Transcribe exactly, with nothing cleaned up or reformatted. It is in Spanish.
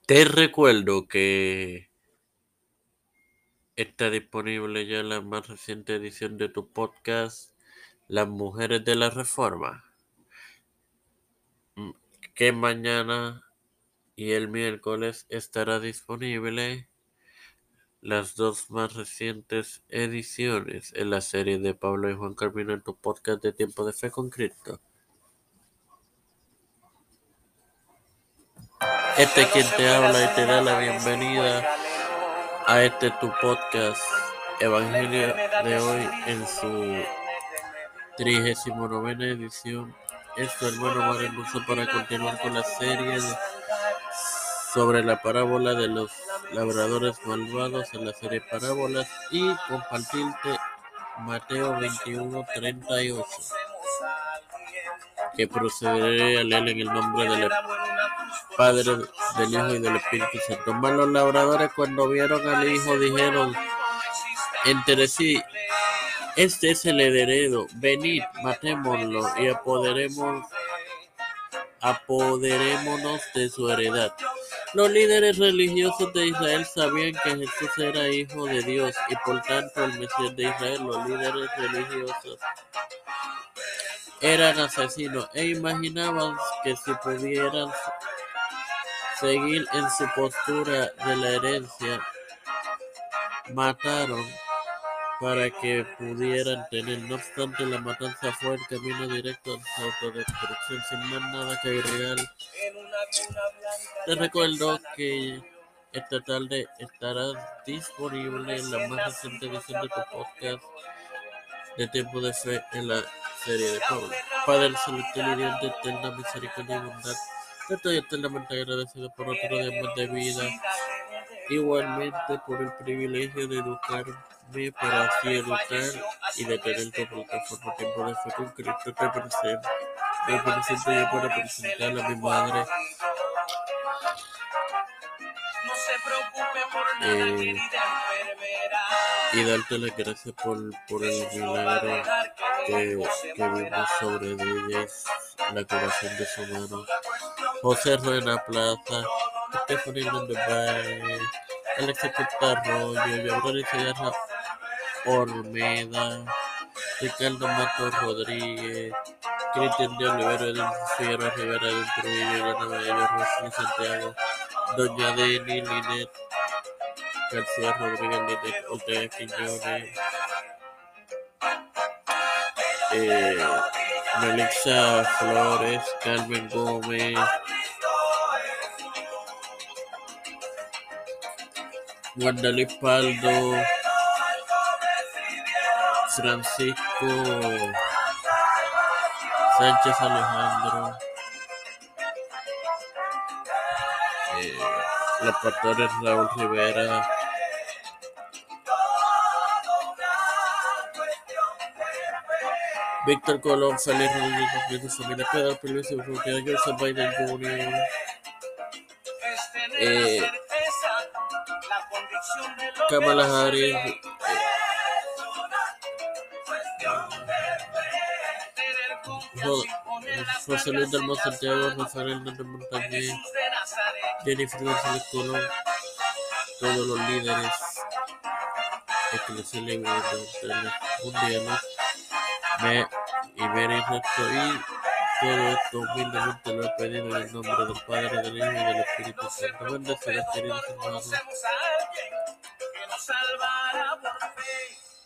Te recuerdo que está disponible ya la más reciente edición de tu podcast, Las Mujeres de la Reforma, mm, que mañana y el miércoles estará disponible las dos más recientes ediciones en la serie de Pablo y Juan Carmino en tu podcast de Tiempo de Fe con Cristo. Este es quien te habla y te da la bienvenida a este tu podcast Evangelio de hoy en su trigésima novena edición. Es tu hermano Maremoso para continuar con la serie de, sobre la parábola de los labradores malvados en la serie Parábolas y compartirte Mateo veintiuno treinta y ocho, que procederé a leer en el nombre del Padre, del Hijo y del Espíritu Santo. Mas los labradores, cuando vieron al Hijo, dijeron entre sí: este es el heredero, venid, matémoslo y apoderemos, apoderémonos de su heredad. Los líderes religiosos de Israel sabían que Jesús era hijo de Dios y por tanto el Mesías de Israel. Los líderes religiosos eran asesinos e imaginaban que si pudieran seguir en su postura de la herencia, mataron para que pudieran tener. No obstante, la matanza fue el camino directo a su autodestrucción. Sin más nada que agregar, te recuerdo que esta tarde estará disponible en la más reciente edición de tu podcast de Tiempo de Fe en la serie de Pablo. Padre celestial y Dios de eterna misericordia y bondad, te estoy eternamente agradecido por otro día más de vida, igualmente por el privilegio de educarme para así educar y de tener tu plataforma Tiempo de Fe con Cristo. Te presento, te presento yo para presentar a mi madre eh, y darte las gracias por, por el milagro que, que vimos sobre ella, la curación de su mano. José Ruena Plaza, Stephanie Hernández Valle, Alexis Arroyo, Yabroni Sierra Olmeda, Ricardo Matos Rodríguez, Cristian de Olivero, Edwin Figueroa Rivera, Edwin Trujillo, Yana Bello, Rosy Santiago, Doña Deni, Linet García Rodríguez, Linet Ortega Quiñones, eh, Melixa Flores, Carmen Gómez, Wandalí Paldo, Francisco Sánchez Alejandro, eh, los pastores Raúl Rivera, Víctor Colón, Félix Rodríguez, su familia, Pedro Pérez, Joseph Biden junior, eh, Kamala Harris, eh, José Luis del Monte Santiago, Rafael Hernández Montañez, Jennifer González Colón, todos los líderes eclesiales y gubernamentales mundiales, me y ver el resto, y todo esto humildemente lo he pedido en el nombre del Padre, del Hijo y del Espíritu Santo. Bendecidos, queridos hermanos.